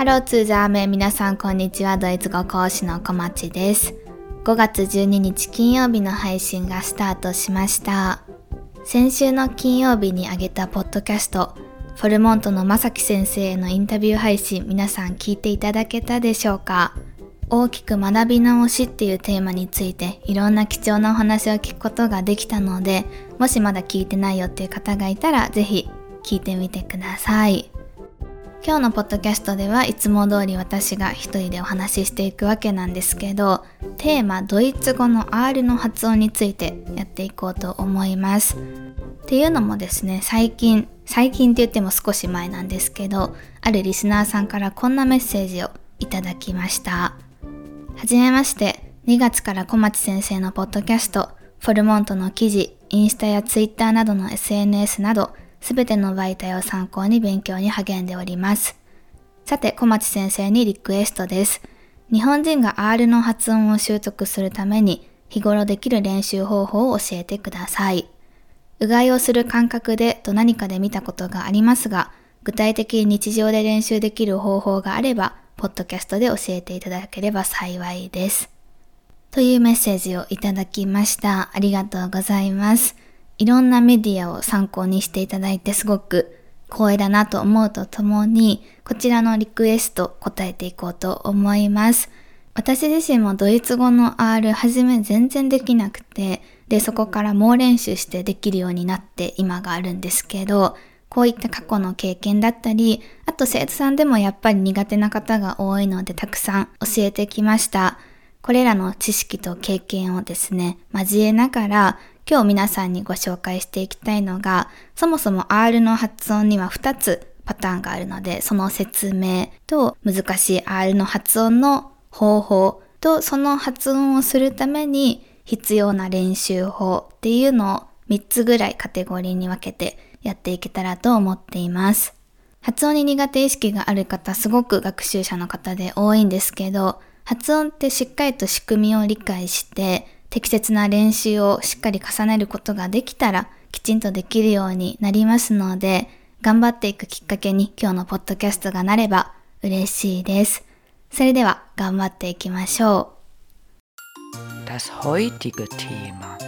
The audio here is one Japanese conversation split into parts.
ローツーザーメン、皆さんこんにちは。ドイツ語講師の小町です。5月12日金曜日の配信がスタートしました。先週の金曜日に上げたポッドキャスト、フォルモントの正木先生へのインタビュー配信、皆さん聞いていただけたでしょうか？大きく学び直しっていうテーマについていろんな貴重なお話を聞くことができたので、もしまだ聞いてないよっていう方がいたらぜひ聞いてみてください。今日のポッドキャストではいつも通り私が一人でお話ししていくわけなんですけど、テーマドイツ語の R の発音についてやっていこうと思います。っていうのもですね、最近って言っても少し前なんですけど、あるリスナーさんからこんなメッセージをいただきました。はじめまして、2月から小町先生のポッドキャスト、フォルモントの記事、インスタやツイッターなどの SNS など、すべての媒体を参考に勉強に励んでおります。さて、小町先生にリクエストです。日本人が R の発音を習得するために、日頃できる練習方法を教えてください。うがいをする感覚でと何かで見たことがありますが、具体的に日常で練習できる方法があれば、ポッドキャストで教えていただければ幸いです。というメッセージをいただきました。ありがとうございます。いろんなメディアを参考にしていただいてすごく光栄だなと思うとともに、こちらのリクエスト答えていこうと思います。私自身もドイツ語の R 初め全然できなくて、でそこから猛練習してできるようになって今があるんですけど、こういった過去の経験だったり、あと生徒さんでもやっぱり苦手な方が多いのでたくさん教えてきました。これらの知識と経験をですね、交えながら今日皆さんにご紹介していきたいのが、そもそも R の発音には2つパターンがあるので、その説明と難しい R の発音の方法とその発音をするために必要な練習法っていうのを3つぐらいカテゴリーに分けてやっていけたらと思っています。発音に苦手意識がある方、すごく学習者の方で多いんですけど、発音ってしっかりと仕組みを理解して適切な練習をしっかり重ねることができたらきちんとできるようになりますので、頑張っていくきっかけに今日のポッドキャストがなれば嬉しいです。それでは頑張っていきましょう。 Das heutige Thema。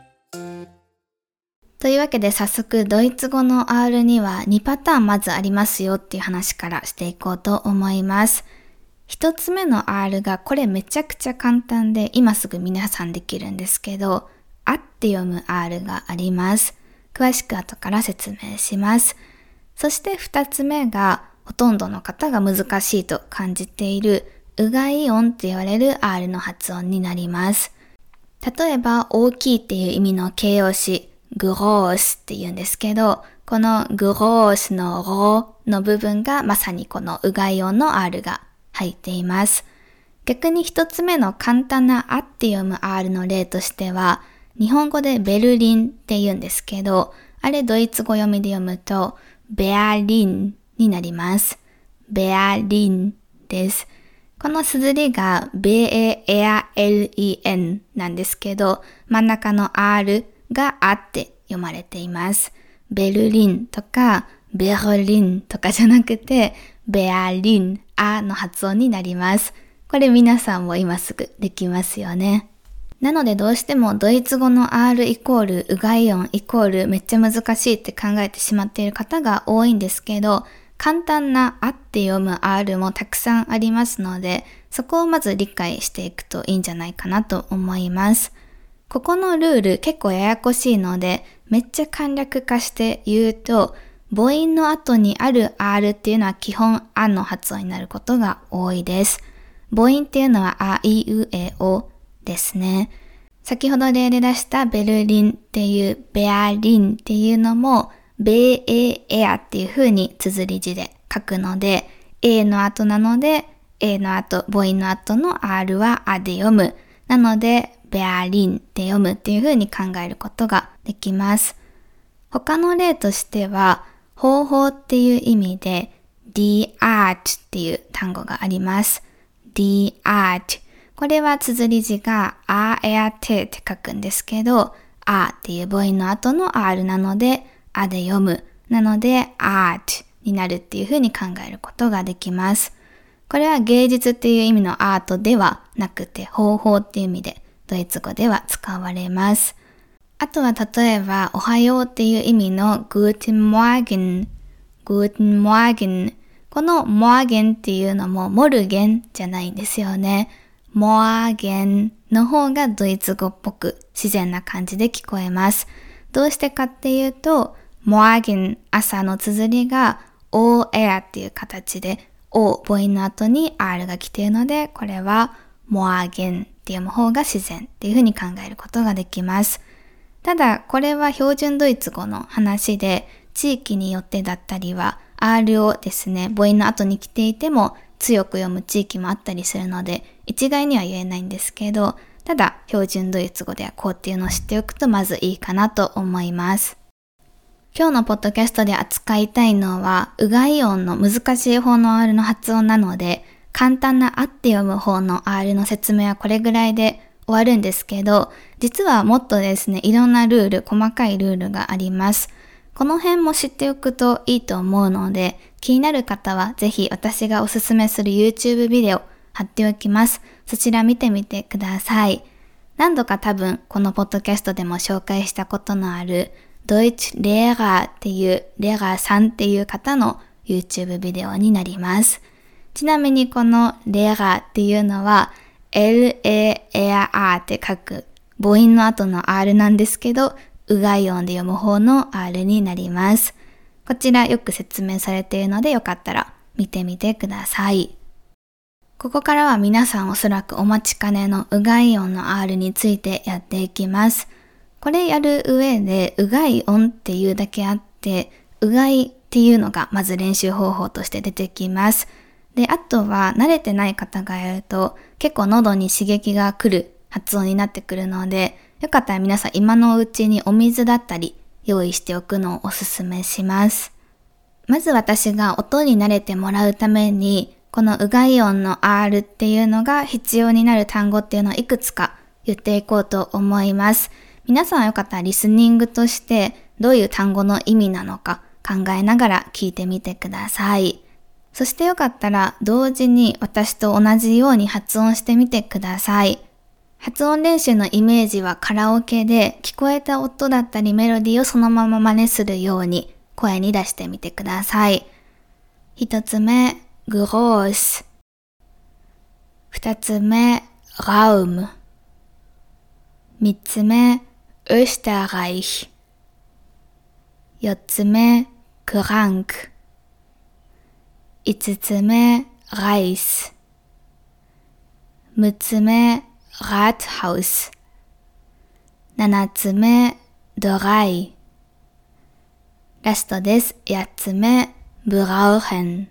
というわけで早速ドイツ語の R には2パターンまずありますよっていう話からしていこうと思います。一つ目の R がこれめちゃくちゃ簡単で今すぐ皆さんできるんですけど、あって読む R があります。詳しく後から説明します。そして二つ目がほとんどの方が難しいと感じているうがい音って言われる R の発音になります。例えば大きいっていう意味の形容詞グロースって言うんですけど、このグロースのローの部分がまさにこのうがい音の R が入っています。逆に一つ目の簡単なあって読む R の例としては、日本語でベルリンって言うんですけど、あれドイツ語読みで読むとベアリンになります。ベアリンです。この綴りがベエア LEN なんですけど、真ん中の R があって読まれています。ベルリンとかベルリンとかじゃなくて、ベアリン、あの発音になります。これ皆さんも今すぐできますよね。なのでどうしてもドイツ語の R イコールうがい音イコールめっちゃ難しいって考えてしまっている方が多いんですけど、簡単なあって読む R もたくさんありますので、そこをまず理解していくといいんじゃないかなと思います。ここのルール結構ややこしいので、めっちゃ簡略化して言うと、母音の後にある R っていうのは基本あの発音になることが多いです。母音っていうのはあいうえおですね。先ほど例で出したベルリンっていうベアリンっていうのもベエエアっていう風に綴り字で書くので、A の後なので A の後、母音の後の R はあで読む。なのでベアリンって読むっていう風に考えることができます。他の例としては方法っていう意味で die Art っていう単語があります。die Art。これは綴り字が A-R-T って書くんですけど、あっていう母音の後の R なので、あで読む。なので Art になるっていう風に考えることができます。 これは芸術っていう意味のアートではなくて方法っていう意味でドイツ語では使われます。あとは例えばおはようっていう意味の Guten Morgen、Guten Morgen。この Morgen っていうのもモルゲンじゃないんですよね。Morgen の方がドイツ語っぽく自然な感じで聞こえます。どうしてかっていうと、Morgen 朝の綴りが OR っていう形で O 母音の後に R が来ているので、これは Morgen っていう方が自然っていうふうに考えることができます。ただこれは標準ドイツ語の話で、地域によってだったりは R をですね、母音の後に来ていても強く読む地域もあったりするので、一概には言えないんですけど、ただ標準ドイツ語ではこうっていうのを知っておくとまずいいかなと思います。今日のポッドキャストで扱いたいのは、うがい音の難しい方の R の発音なので、簡単なあって読む方の R の説明はこれぐらいで終わるんですけど、実はもっとですね、いろんなルール、細かいルールがあります。この辺も知っておくといいと思うので、気になる方はぜひ私がおすすめする YouTube ビデオ貼っておきます。そちら見てみてください。何度か多分このポッドキャストでも紹介したことのあるドイツレーラーっていうレーラーさんっていう方の YouTube ビデオになります。ちなみにこのレーラーっていうのは L-A-R って書く母音の後の R なんですけど、うがい音で読む方の R になります。こちらよく説明されているのでよかったら見てみてください。ここからは皆さんおそらくお待ちかねのうがい音の R についてやっていきます。これやる上でうがい音っていうだけあって、うがいっていうのがまず練習方法として出てきます。で、あとは慣れてない方がやると結構喉に刺激が来る発音になってくるので、よかったら皆さん今のうちにお水だったり用意しておくのをおすすめします。まず私が音に慣れてもらうために、このうがい音の R っていうのが必要になる単語っていうのをいくつか言っていこうと思います。皆さんはよかったらリスニングとしてどういう単語の意味なのか考えながら聞いてみてください。そしてよかったら同時に私と同じように発音してみてください。発音練習のイメージはカラオケで聞こえた音だったりメロディーをそのまま真似するように声に出してみてください。一つ目、グロース。二つ目、ラウム。三つ目、オスターライヒ。四つ目、クランク。五つ目、ライス。六つ目、ラートハウス。七つ目、ドライ。ラストです。八つ目、ブラウヘン。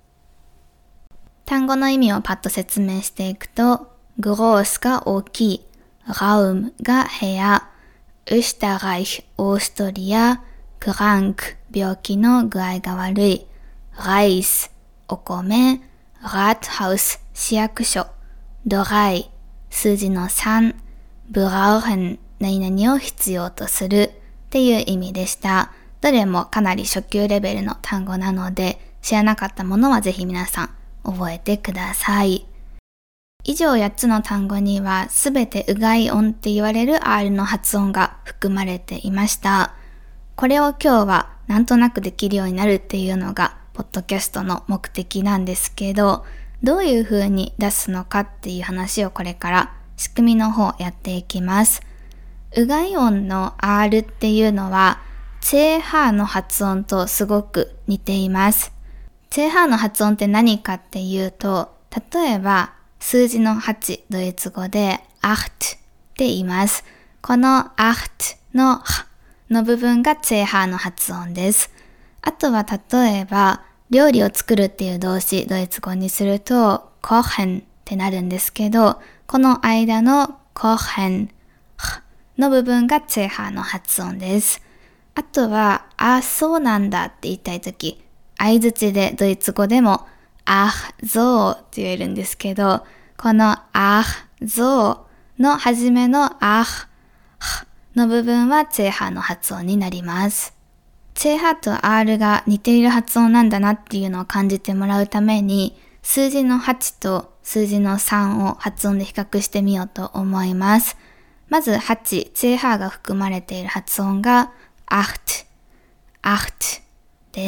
単語の意味をパッと説明していくと、グロースが大きい、ラウムが部屋、オスターライヒ、オーストリア、クランク、病気の具合が悪い、ライス、お米、ラートハウス、市役所、ドライ、数字の3、ブラウヘン、何々を必要とするっていう意味でした。どれもかなり初級レベルの単語なので、知らなかったものはぜひ皆さん覚えてください。以上8つの単語にはすべてうがい音って言われる R の発音が含まれていました。これを今日はなんとなくできるようになるっていうのがポッドキャストの目的なんですけど、どういう風に出すのかっていう話をこれから仕組みの方やっていきます。うがい音の R っていうのはチェーハーの発音とすごく似ています。チェーハーの発音って何かっていうと、例えば数字の8、ドイツ語で8って言います。この8のはの部分がチェーハーの発音です。あとは例えば料理を作るっていう動詞、ドイツ語にするとコーヘンってなるんですけど、この間のコーヘンの部分がチェーハーの発音です。あとは、あ、そうなんだって言いたいとき、相槌でドイツ語でも、あ、そうって言えるんですけど、このあ、そうの初めのあ、の部分はチェーハーの発音になります。チェーハーと R が似ている発音なんだなっていうのを感じてもらうために、 数字の8と数字の3を発音で比較してみようと思います。まず8、チェーハーが含まれている発音が8です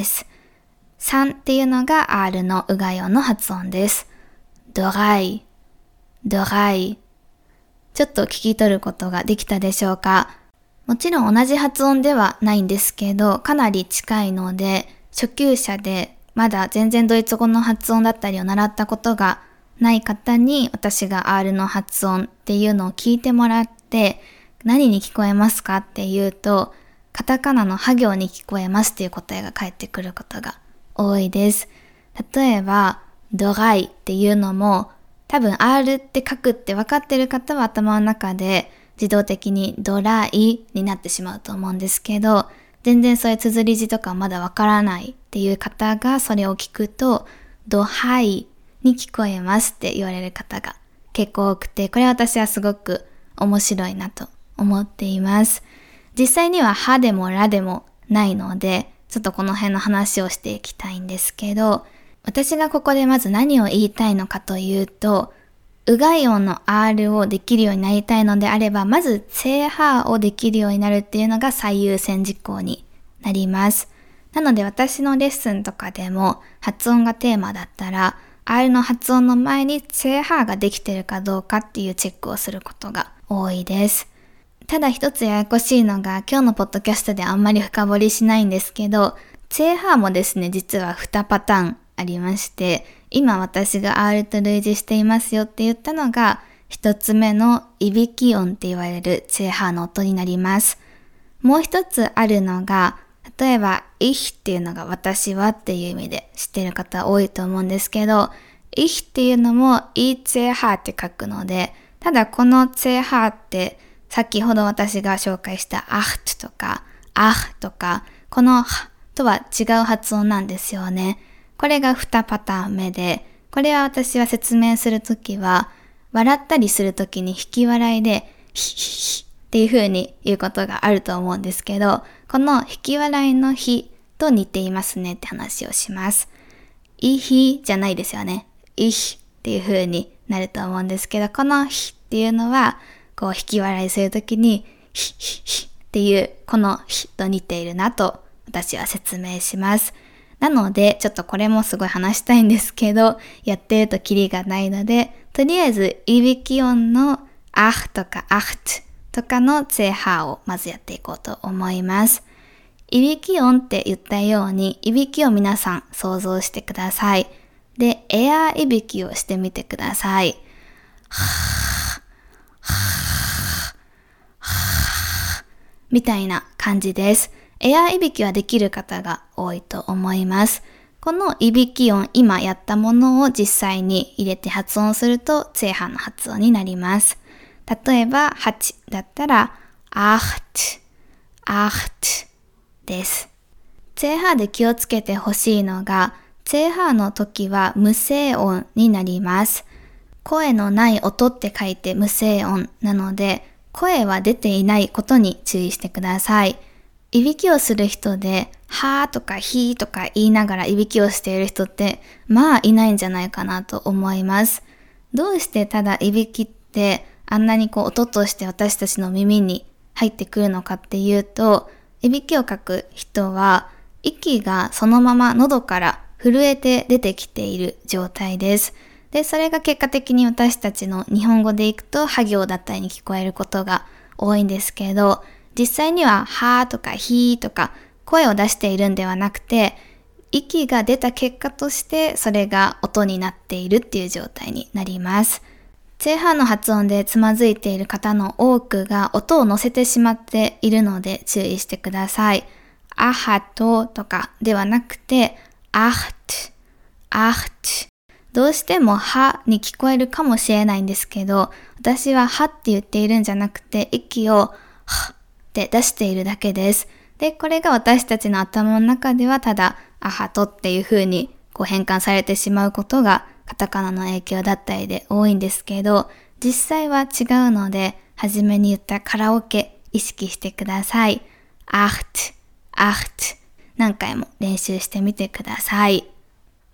。3っていうのが R のうがい音の発音です。ドライ。ちょっと聞き取ることができたでしょうか？もちろん同じ発音ではないんですけど、かなり近いので、初級者でまだ全然ドイツ語の発音だったりを習ったことがない方に、私が R の発音っていうのを聞いてもらって、何に聞こえますかっていうと、カタカナのハ行に聞こえますっていう答えが返ってくることが多いです。例えば、ドライっていうのも、多分 R って書くって分かってる方は頭の中で自動的にドライになってしまうと思うんですけど、全然そういう綴り字とかまだ分からないっていう方がそれを聞くと、ドハイに聞こえますって言われる方が結構多くて、これ私はすごく面白いなと思っています。実際にはハでもラでもないので、ちょっとこの辺の話をしていきたいんですけど、私がここでまず何を言いたいのかというと、うがい音の R をできるようになりたいのであれば、まずチェーハーをできるようになるっていうのが最優先事項になります。なので私のレッスンとかでも発音がテーマだったら、R の発音の前にチェーハーができてるかどうかっていうチェックをすることが多いです。ただ一つややこしいのが、今日のポッドキャストであんまり深掘りしないんですけど、チェーハーもですね、実は2パターンありまして、今私が R と類似していますよって言ったのが、一つ目のいびき音って言われるチェーハーの音になります。もう一つあるのが、例えば、ich っていうのが私はっていう意味で知ってる方多いと思うんですけど、ich っていうのもいチェーハーって書くので、ただこのチェーハーって先ほど私が紹介したachtとかachとか、このとは違う発音なんですよね。これが2パターン目で、これは私は説明するときは、笑ったりするときに引き笑いで、ヒヒヒっていう風に言うことがあると思うんですけど、この引き笑いのヒと似ていますねって話をします。イヒじゃないですよね。イヒっていう風になると思うんですけど、このヒっていうのは、こう引き笑いするときに、ヒヒヒっていう、このヒと似ているなと私は説明します。なので、ちょっとこれもすごい話したいんですけど、やってるとキリがないので、とりあえず、いびき音のアフとかアフトとかのチェーハーをまずやっていこうと思います。いびき音って言ったように、いびきを皆さん想像してください。で、エアーいびきをしてみてください。みたいな感じです。エアーいびきはできる方が多いと思います。このいびき音、今やったものを実際に入れて発音すると、チェーハーの発音になります。例えば、8だったら、acht です。チェーハーで気をつけてほしいのが、チェーハーの時は無声音になります。声のない音って書いて無声音なので、声は出ていないことに注意してください。いびきをする人で、はーとかひーとか言いながらいびきをしている人って、まあいないんじゃないかなと思います。どうしてただいびきってあんなに音として私たちの耳に入ってくるのかっていうと、いびきをかく人は、息がそのまま喉から震えて出てきている状態です。で、それが結果的に私たちの日本語でいくと、は行だったりに聞こえることが多いんですけど、実際には、はーとかひーとか声を出しているんではなくて、息が出た結果としてそれが音になっているっていう状態になります。チェーハーの発音でつまずいている方の多くが音を乗せてしまっているので注意してください。アハトとかではなくて、アフト。どうしてもはに聞こえるかもしれないんですけど、私ははって言っているんじゃなくて、息をはって出しているだけです。で、これが私たちの頭の中ではただアハトっていう風に変換されてしまうことがカタカナの影響だったりで多いんですけど、実際は違うので、初めに言ったカラオケ意識してください。アフト。何回も練習してみてください。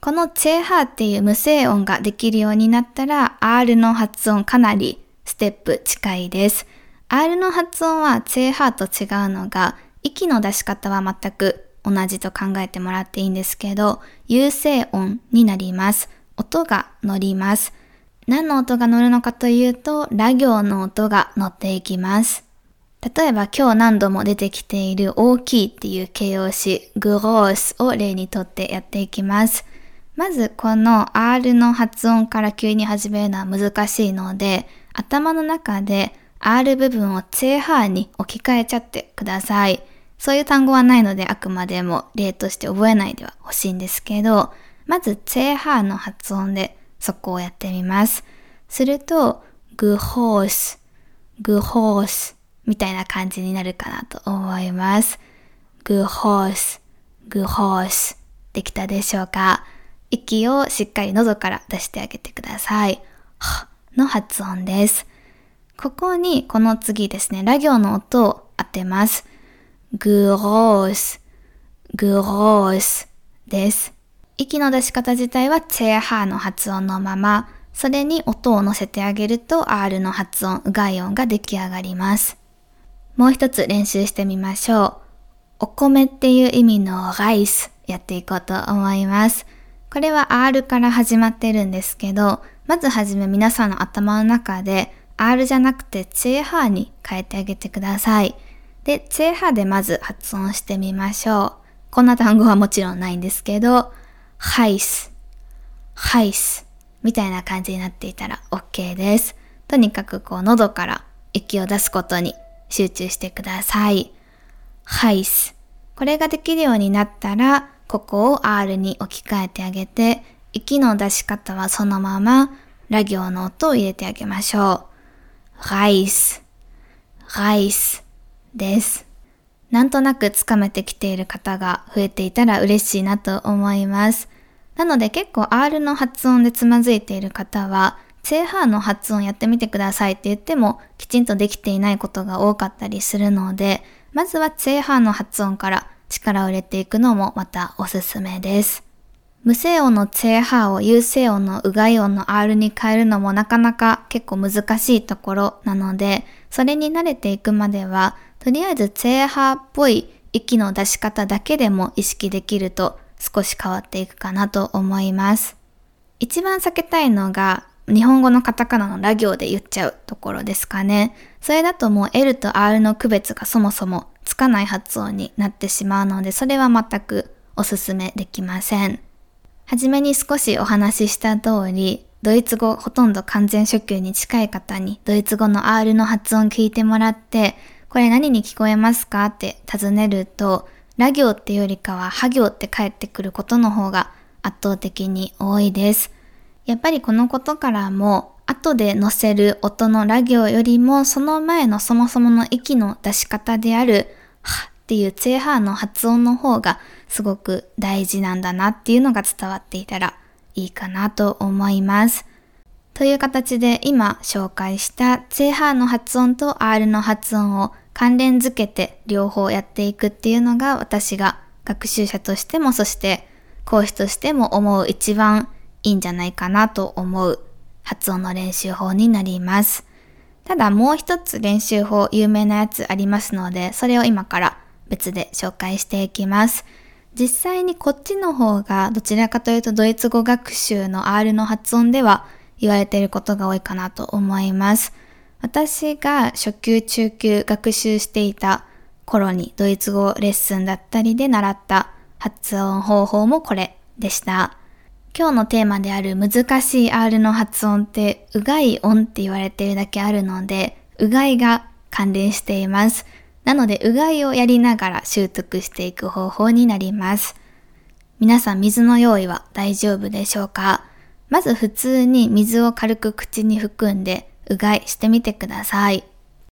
このチェーハーっていう無声音ができるようになったら R の発音かなりステップ近いです。R の発音はチェーハーと違うのが息の出し方は全く同じと考えてもらっていいんですけど、有声音になります。音が乗ります。何の音が乗るのかというと、ラ行の音が乗っていきます。例えば今日何度も出てきている大きいっていう形容詞、グロースを例にとってやっていきます。まずこの R の発音から急に始めるのは難しいので、頭の中で R 部分をチェーハーに置き換えちゃってください。そういう単語はないのであくまでも例として覚えないでは欲しいんですけど、まずチェーハーの発音でそこをやってみます。すると、グホース、グホースみたいな感じになるかなと思います。グホース、グホース。できたでしょうか？息をしっかり喉から出してあげてください。はの発音です。ここにこの次ですね、ラ行の音を当てます。グロース、グロースです。息の出し方自体はチェーハーの発音のまま、それに音を乗せてあげると R の発音、うがい音が出来上がります。もう一つ練習してみましょう。お米っていう意味のライスやっていこうと思います。これは R から始まってるんですけど、まずはじめ皆さんの頭の中で R じゃなくてチェーハーに変えてあげてください。で、チェーハーでまず発音してみましょう。こんな単語はもちろんないんですけど、ハイス、ハイスみたいな感じになっていたら OK です。とにかくこう喉から息を出すことに集中してください。ハイス。これができるようになったら、ここを R に置き換えてあげて、息の出し方はそのまま、ラ行の音を入れてあげましょう。ライス、ライスです。なんとなくつかめてきている方が増えていたら嬉しいなと思います。なので結構 R の発音でつまずいている方は、チェーハーの発音やってみてくださいって言ってもきちんとできていないことが多かったりするので、まずはチェーハーの発音から力を入れていくのもまたおすすめです。無声音のチェーハーを有声音のうがい音の R に変えるのもなかなか結構難しいところなので、それに慣れていくまでは、とりあえずチェーハーっぽい息の出し方だけでも意識できると少し変わっていくかなと思います。一番避けたいのが日本語のカタカナのラ行で言っちゃうところですかね。それだともう L と R の区別がそもそもつかない発音になってしまうので、それは全くおすすめできません。はじめに少しお話しした通り、ドイツ語ほとんど完全初級に近い方にドイツ語の R の発音聞いてもらって、これ何に聞こえますかって尋ねると、ラ行ってよりかはハ行って返ってくることの方が圧倒的に多いです。やっぱりこのことからも、後で乗せる音のラ行よりもその前のそもそもの息の出し方であるはっていうチェーハーの発音の方がすごく大事なんだなっていうのが伝わっていたらいいかなと思います。という形で今紹介したチェーハーの発音と R の発音を関連づけて両方やっていくっていうのが私が学習者としてもそして講師としても思う一番いいんじゃないかなと思う発音の練習法になります。ただもう一つ練習法有名なやつありますので、それを今から別で紹介していきます。実際にこっちの方がどちらかというとドイツ語学習の R の発音では言われていることが多いかなと思います。私が初級中級学習していた頃にドイツ語レッスンだったりで習った発音方法もこれでした。今日のテーマである難しい R の発音ってうがい音って言われているだけあるので、うがいが関連しています。なのでうがいをやりながら習得していく方法になります。皆さん水の用意は大丈夫でしょうか？まず普通に水を軽く口に含んでうがいしてみてください。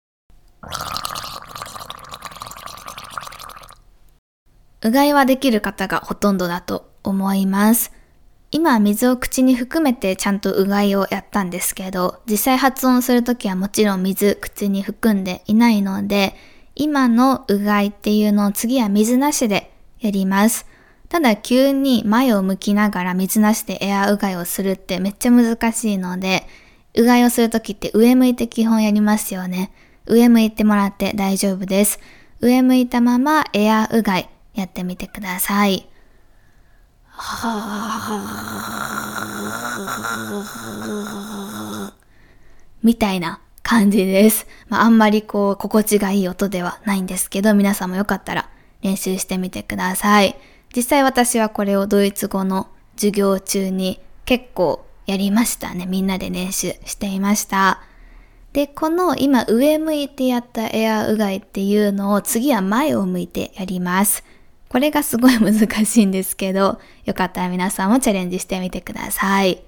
うがいはできる方がほとんどだと思います。今水を口に含めてちゃんとうがいをやったんですけど、実際発音するときはもちろん水口に含んでいないので、今のうがいっていうのを次は水なしでやります。 ただ急に前を向きながら水なしでエアうがいをするってめっちゃ難しいので、うがいをするときって上向いて基本やりますよね。上向いてもらって大丈夫です。上向いたままエアうがいやってみてください。みたいな感じです。あんまり心地がいい音ではないんですけど、皆さんもよかったら練習してみてください。実際私はこれをドイツ語の授業中に結構やりましたね。みんなで練習していました。で、この今上向いてやったエアうがいっていうのを次は前を向いてやります。これがすごい難しいんですけど、よかったら皆さんもチャレンジしてみてください。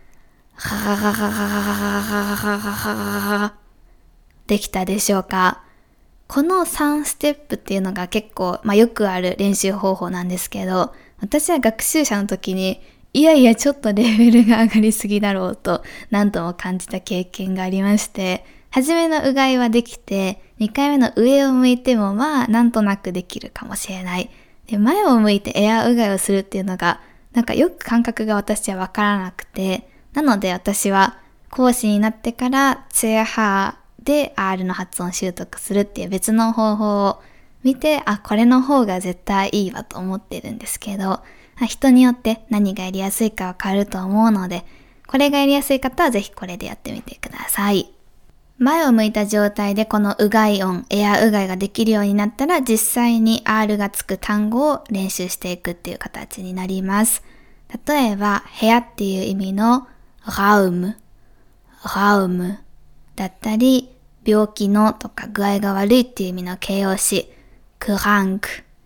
できたでしょうか？この3ステップっていうのが結構、よくある練習方法なんですけど、私は学習者の時に、いやいやちょっとレベルが上がりすぎだろうと何度も感じた経験がありまして、初めのうがいはできて、2回目の上を向いてもなんとなくできるかもしれない。で、前を向いてエアうがいをするっていうのが、よく感覚が私はわからなくて、なので私は講師になってからツェハーで R の発音習得するっていう別の方法を見て、これの方が絶対いいわと思ってるんですけど、人によって何がやりやすいかわかると思うので、これがやりやすい方はぜひこれでやってみてください。前を向いた状態でこのうがい音、エアうがいができるようになったら実際に R がつく単語を練習していくっていう形になります。例えば、部屋っていう意味のRaum だったり、病気のとか具合が悪いっていう意味の形容詞、krank。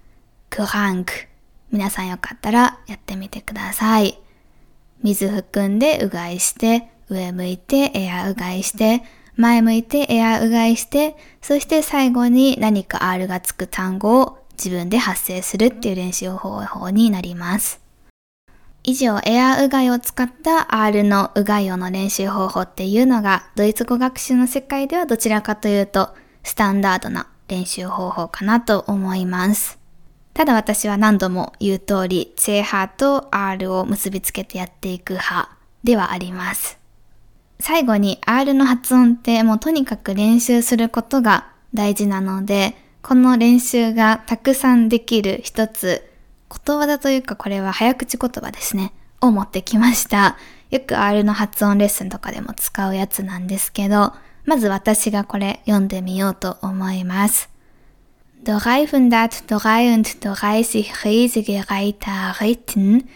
皆さんよかったらやってみてください。水含んでうがいして、上向いてエアうがいして、前向いてエアうがいして、そして最後に何か R がつく単語を自分で発声するっていう練習方法になります。以上、エアうがいを使った R のうがい音の練習方法っていうのが、ドイツ語学習の世界ではどちらかというと、スタンダードな練習方法かなと思います。ただ私は何度も言う通り、ツェハと R を結びつけてやっていく派ではあります。最後に R の発音ってもうとにかく練習することが大事なので、この練習がたくさんできる一つ、ことわざというかこれは早口言葉ですね、を持ってきました。よく R の発音レッスンとかでも使うやつなんですけど、まず私がこれ読んでみようと思います。333 riesige Reiter ritten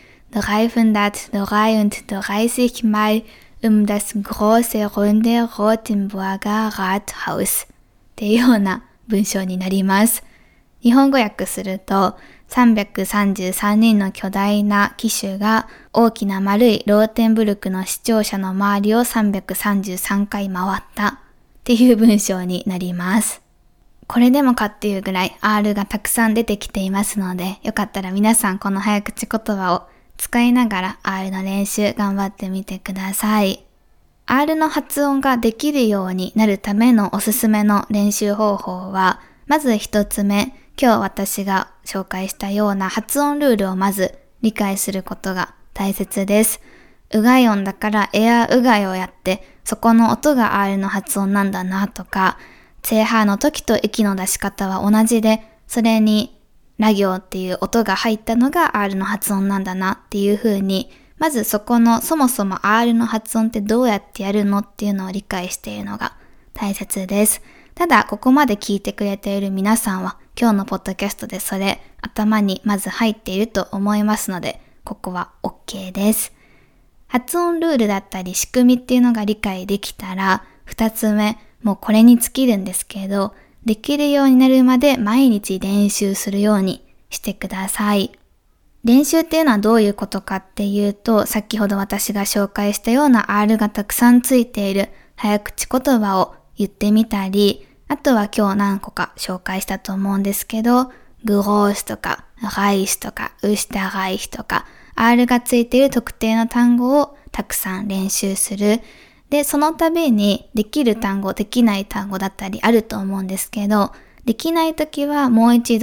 333 Mal das große runde Rotenburger Rathaus っていうような文章になります。日本語訳すると、333人の巨大な騎手が大きな丸いローテンブルクの市庁舎の周りを333回回ったっていう文章になります。これでもかっていうぐらい R がたくさん出てきていますので、よかったら皆さんこの早口言葉を使いながら R の練習頑張ってみてください。R の発音ができるようになるためのおすすめの練習方法は、まず一つ目、今日私が紹介したような発音ルールをまず理解することが大切です。うがい音だからエアうがいをやって、そこの音が R の発音なんだなとか、ツェーハーの時と息の出し方は同じで、それにラ行っていう音が入ったのが R の発音なんだなっていう風に、まずそこのそもそも R の発音ってどうやってやるのっていうのを理解しているのが大切です。ただここまで聞いてくれている皆さんは今日のポッドキャストでそれ頭にまず入っていると思いますので、ここは OK です。発音ルールだったり仕組みっていうのが理解できたら、二つ目、もうこれに尽きるんですけど、できるようになるまで毎日練習するようにしてください。練習っていうのはどういうことかっていうと、先ほど私が紹介したような R がたくさんついている早口言葉を言ってみたり、あとは今日何個か紹介したと思うんですけど、グロースとか、ライスとか、ウシタライヒとか、R がついている特定の単語をたくさん練習する。で、その度にできる単語、できない単語だったりあると思うんですけど、できないときはもう一度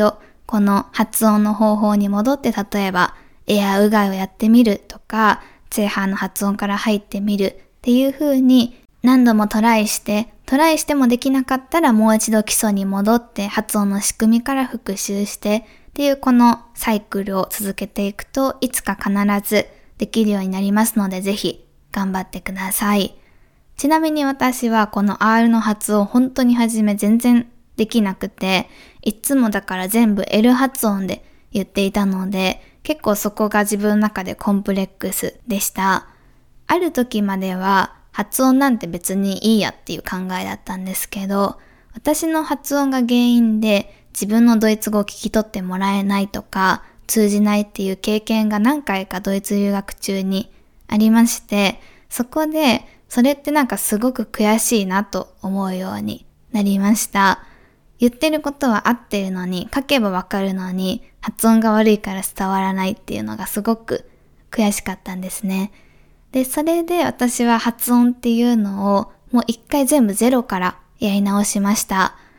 この発音の方法に戻って、例えばエアうがいをやってみるとか、チェーハーの発音から入ってみるっていう風に何度もトライしてもできなかったらもう一度基礎に戻って発音の仕組みから復習してっていうこのサイクルを続けていくといつか必ずできるようになりますので、ぜひ頑張ってください。ちなみに私はこの R の発音本当に初め全然できなくて、いつもだから全部 L 発音で言っていたので、結構そこが自分の中でコンプレックスでした。ある時までは発音なんて別にいいやっていう考えだったんですけど、私の発音が原因で自分のドイツ語を聞き取ってもらえないとか通じないっていう経験が何回かドイツ留学中にありまして、そこでそれってなんかすごく悔しいなと思うようになりました。言ってることは合ってるのに、書けばわかるのに発音が悪いから伝わらないっていうのがすごく悔しかったんですね。で、それで私は発音っていうのをもう一回全部ゼロからやり直しました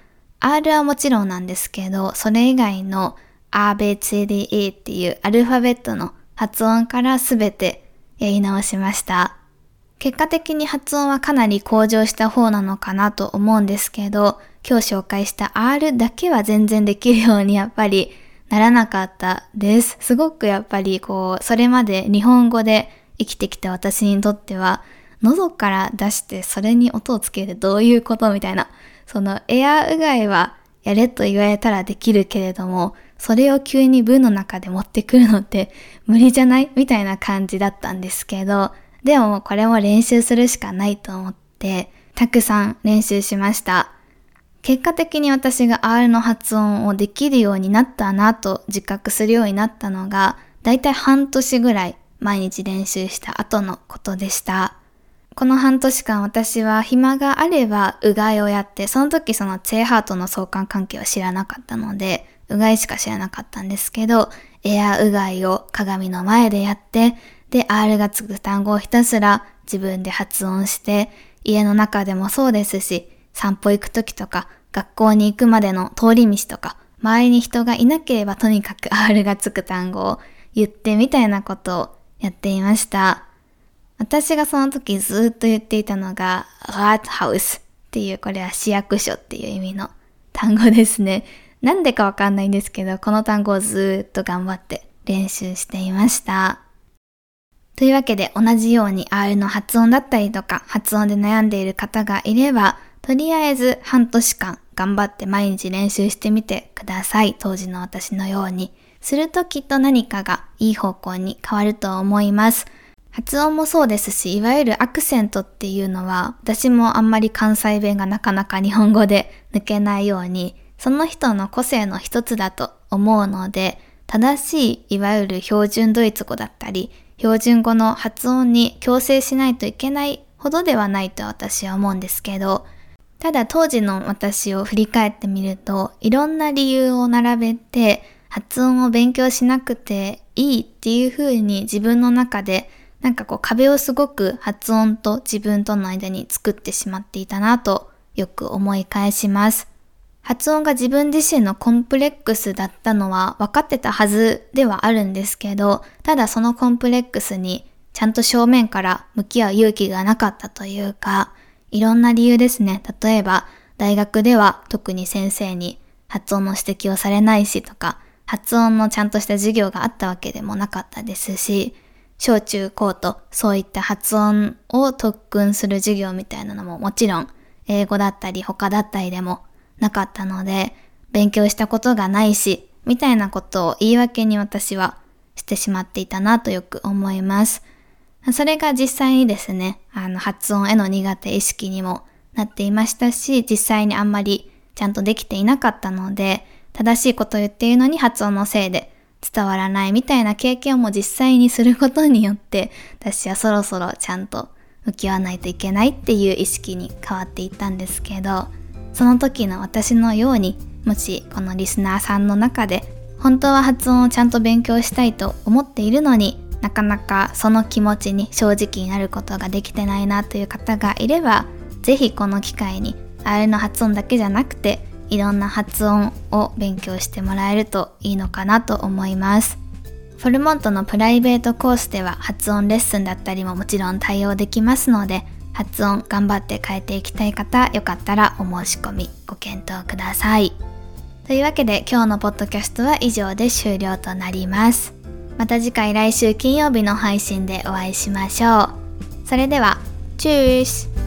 。R はもちろんなんですけど、それ以外の A、B、C、D、E っていうアルファベットの発音からすべてやり直しました。結果的に発音はかなり向上した方なのかなと思うんですけど、今日紹介した R だけは全然できるようにやっぱりならなかったです。すごくやっぱりそれまで日本語で生きてきた私にとっては、喉から出してそれに音をつけてどういうことみたいな、そのエアうがいはやれと言われたらできるけれども、それを急に文の中で持ってくるのって無理じゃないみたいな感じだったんですけど、でもこれも練習するしかないと思って、たくさん練習しました。結果的に私が R の発音をできるようになったなと自覚するようになったのが、だいたい半年ぐらい毎日練習した後のことでした。この半年間私は暇があればうがいをやって、その時そのチェーハーとの相関関係は知らなかったので、うがいしか知らなかったんですけど、エアうがいを鏡の前でやって、で R がつく単語をひたすら自分で発音して、家の中でもそうですし、散歩行く時とか学校に行くまでの通り道とか、周りに人がいなければとにかく R がつく単語を言ってみたいなことをやっていました。私がその時ずっと言っていたのが Rathaus っていう、これは市役所っていう意味の単語ですね。なんでかわかんないんですけど、この単語をずっと頑張って練習していました。というわけで、同じように R の発音だったりとか発音で悩んでいる方がいれば、とりあえず半年間頑張って毎日練習してみてください。当時の私のように。するときっと何かがいい方向に変わると思います。発音もそうですし、いわゆるアクセントっていうのは、私もあんまり関西弁がなかなか日本語で抜けないように、その人の個性の一つだと思うので、正しいいわゆる標準ドイツ語だったり、標準語の発音に矯正しないといけないほどではないと私は思うんですけど、ただ当時の私を振り返ってみると、いろんな理由を並べて発音を勉強しなくていいっていう風に自分の中でなんか壁をすごく発音と自分との間に作ってしまっていたなとよく思い返します。発音が自分自身のコンプレックスだったのは分かってたはずではあるんですけど、ただそのコンプレックスにちゃんと正面から向き合う勇気がなかったというか、いろんな理由ですね。例えば大学では特に先生に発音の指摘をされないしとか、発音のちゃんとした授業があったわけでもなかったですし、小中高とそういった発音を特訓する授業みたいなのももちろん英語だったり他だったりでもなかったので、勉強したことがないしみたいなことを言い訳に私はしてしまっていたなとよく思います。それが実際にですね、発音への苦手意識にもなっていましたし、実際にあんまりちゃんとできていなかったので、正しいことを言っているのに発音のせいで伝わらないみたいな経験をも実際にすることによって、私はそろそろちゃんと向き合わないといけないっていう意識に変わっていったんですけど、その時の私のように、もしこのリスナーさんの中で本当は発音をちゃんと勉強したいと思っているのに、なかなかその気持ちに正直になることができてないなという方がいれば、ぜひこの機会に R の発音だけじゃなくていろんな発音を勉強してもらえるといいのかなと思います。フォルモントのプライベートコースでは発音レッスンだったりももちろん対応できますので、発音頑張って変えていきたい方、よかったらお申し込みご検討ください。というわけで今日のポッドキャストは以上で終了となります。また次回来週金曜日の配信でお会いしましょう。それでは、チュース！